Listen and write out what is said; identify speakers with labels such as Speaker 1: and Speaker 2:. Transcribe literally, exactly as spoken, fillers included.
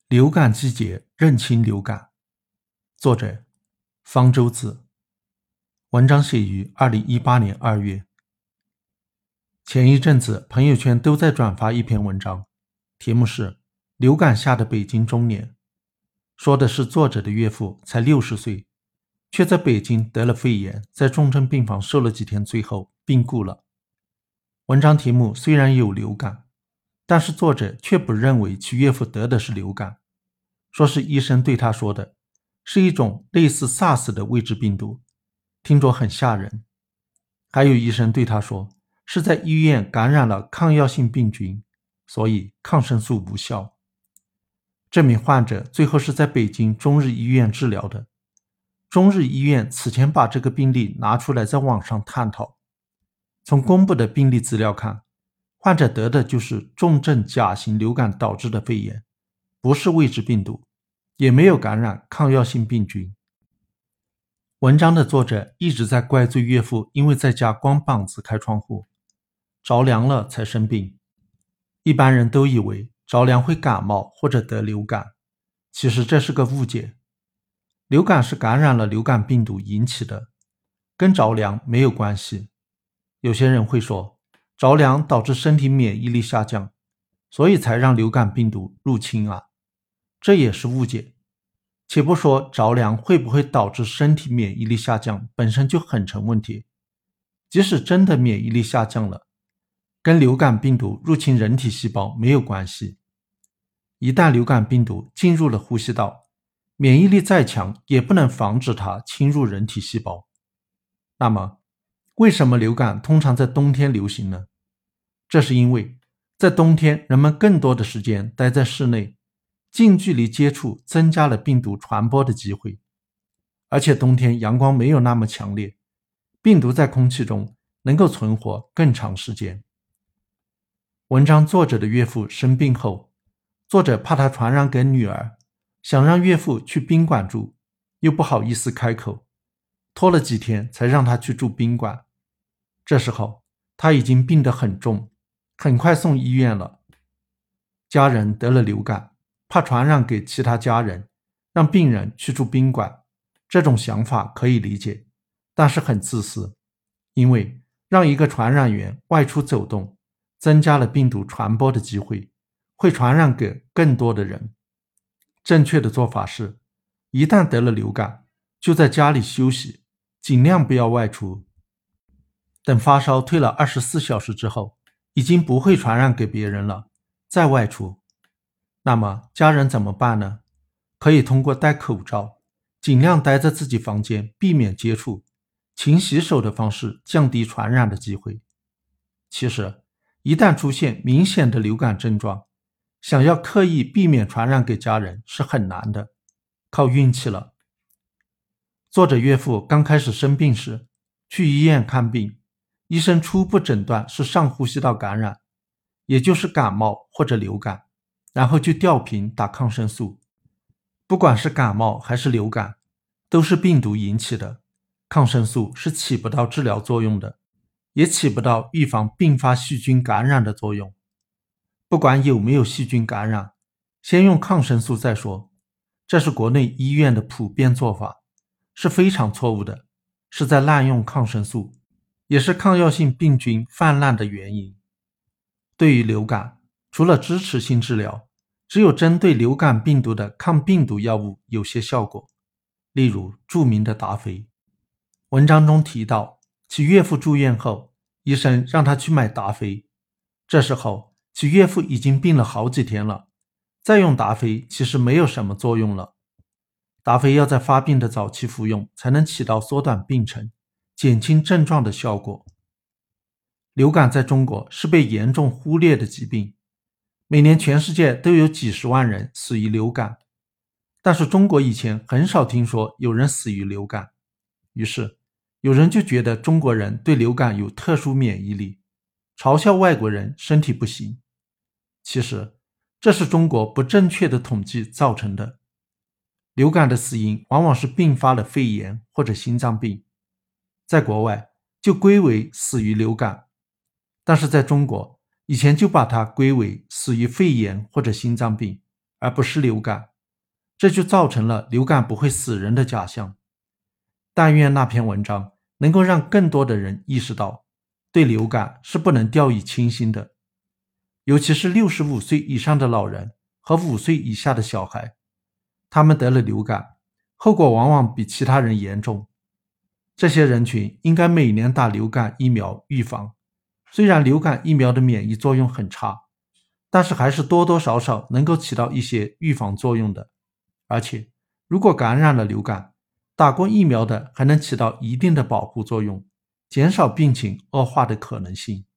Speaker 1: 流感季节认清流感，作者方舟子。文章写于二零一八年二月。前一阵子朋友圈都在转发一篇文章，题目是流感下的北京中年，说的是作者的岳父才六十岁，却在北京得了肺炎，在重症病房受了几天，最后病故了。文章题目虽然有流感，但是作者却不认为其岳父得的是流感，说是医生对他说的，是一种类似 SARS 的未知病毒，听着很吓人。还有医生对他说，是在医院感染了抗药性病菌，所以抗生素无效。这名患者最后是在北京中日医院治疗的。中日医院此前把这个病例拿出来在网上探讨。从公布的病例资料看，患者得的就是重症甲型流感导致的肺炎，不是未知病毒，也没有感染抗药性病菌。文章的作者一直在怪罪岳父，因为在家光膀子开窗户，着凉了才生病。一般人都以为着凉会感冒或者得流感，其实这是个误解。流感是感染了流感病毒引起的，跟着凉没有关系。有些人会说，着凉导致身体免疫力下降，所以才让流感病毒入侵啊，这也是误解。且不说着凉会不会导致身体免疫力下降，本身就很成问题。即使真的免疫力下降了，跟流感病毒入侵人体细胞没有关系。一旦流感病毒进入了呼吸道，免疫力再强也不能防止它侵入人体细胞。那么为什么流感通常在冬天流行呢？这是因为在冬天人们更多的时间待在室内，近距离接触增加了病毒传播的机会，而且冬天阳光没有那么强烈，病毒在空气中能够存活更长时间。文章作者的岳父生病后，作者怕他传染给女儿，想让岳父去宾馆住，又不好意思开口，拖了几天才让他去住宾馆。这时候他已经病得很重，很快送医院了。家人得了流感，怕传染给其他家人，让病人去住宾馆，这种想法可以理解，但是很自私，因为让一个传染源外出走动，增加了病毒传播的机会，会传染给更多的人。正确的做法是，一旦得了流感，就在家里休息，尽量不要外出。等发烧退了二十四小时之后，已经不会传染给别人了，再外出。那么家人怎么办呢？可以通过戴口罩，尽量待在自己房间，避免接触，勤洗手的方式降低传染的机会。其实一旦出现明显的流感症状，想要刻意避免传染给家人是很难的，靠运气了。作者岳父刚开始生病时，去医院看病，医生初步诊断是上呼吸道感染，也就是感冒或者流感，然后就吊瓶打抗生素。不管是感冒还是流感，都是病毒引起的，抗生素是起不到治疗作用的，也起不到预防并发细菌感染的作用。不管有没有细菌感染，先用抗生素再说，这是国内医院的普遍做法，是非常错误的，是在滥用抗生素，也是抗药性病菌泛滥的原因。对于流感，除了支持性治疗，只有针对流感病毒的抗病毒药物有些效果，例如著名的达菲。文章中提到，其岳父住院后，医生让他去买达菲，这时候其岳父已经病了好几天了，再用达菲其实没有什么作用了。达菲要在发病的早期服用，才能起到缩短病程、减轻症状的效果。流感在中国是被严重忽略的疾病，每年全世界都有几十万人死于流感，但是中国以前很少听说有人死于流感，于是有人就觉得中国人对流感有特殊免疫力，嘲笑外国人身体不行。其实这是中国不正确的统计造成的。流感的死因往往是并发了肺炎或者心脏病，在国外就归为死于流感，但是在中国以前就把它归为死于肺炎或者心脏病， 而不是流感，这就造成了流感不会死人的假象。但愿那篇文章能够让更多的人意识到，对流感是不能掉以轻心的，尤其是六十五岁以上的老人和五岁以下的小孩，他们得了流感，后果往往比其他人严重。这些人群应该每年打流感疫苗预防，虽然流感疫苗的免疫作用很差，但是还是多多少少能够起到一些预防作用的。而且如果感染了流感，打过疫苗的还能起到一定的保护作用，减少病情恶化的可能性。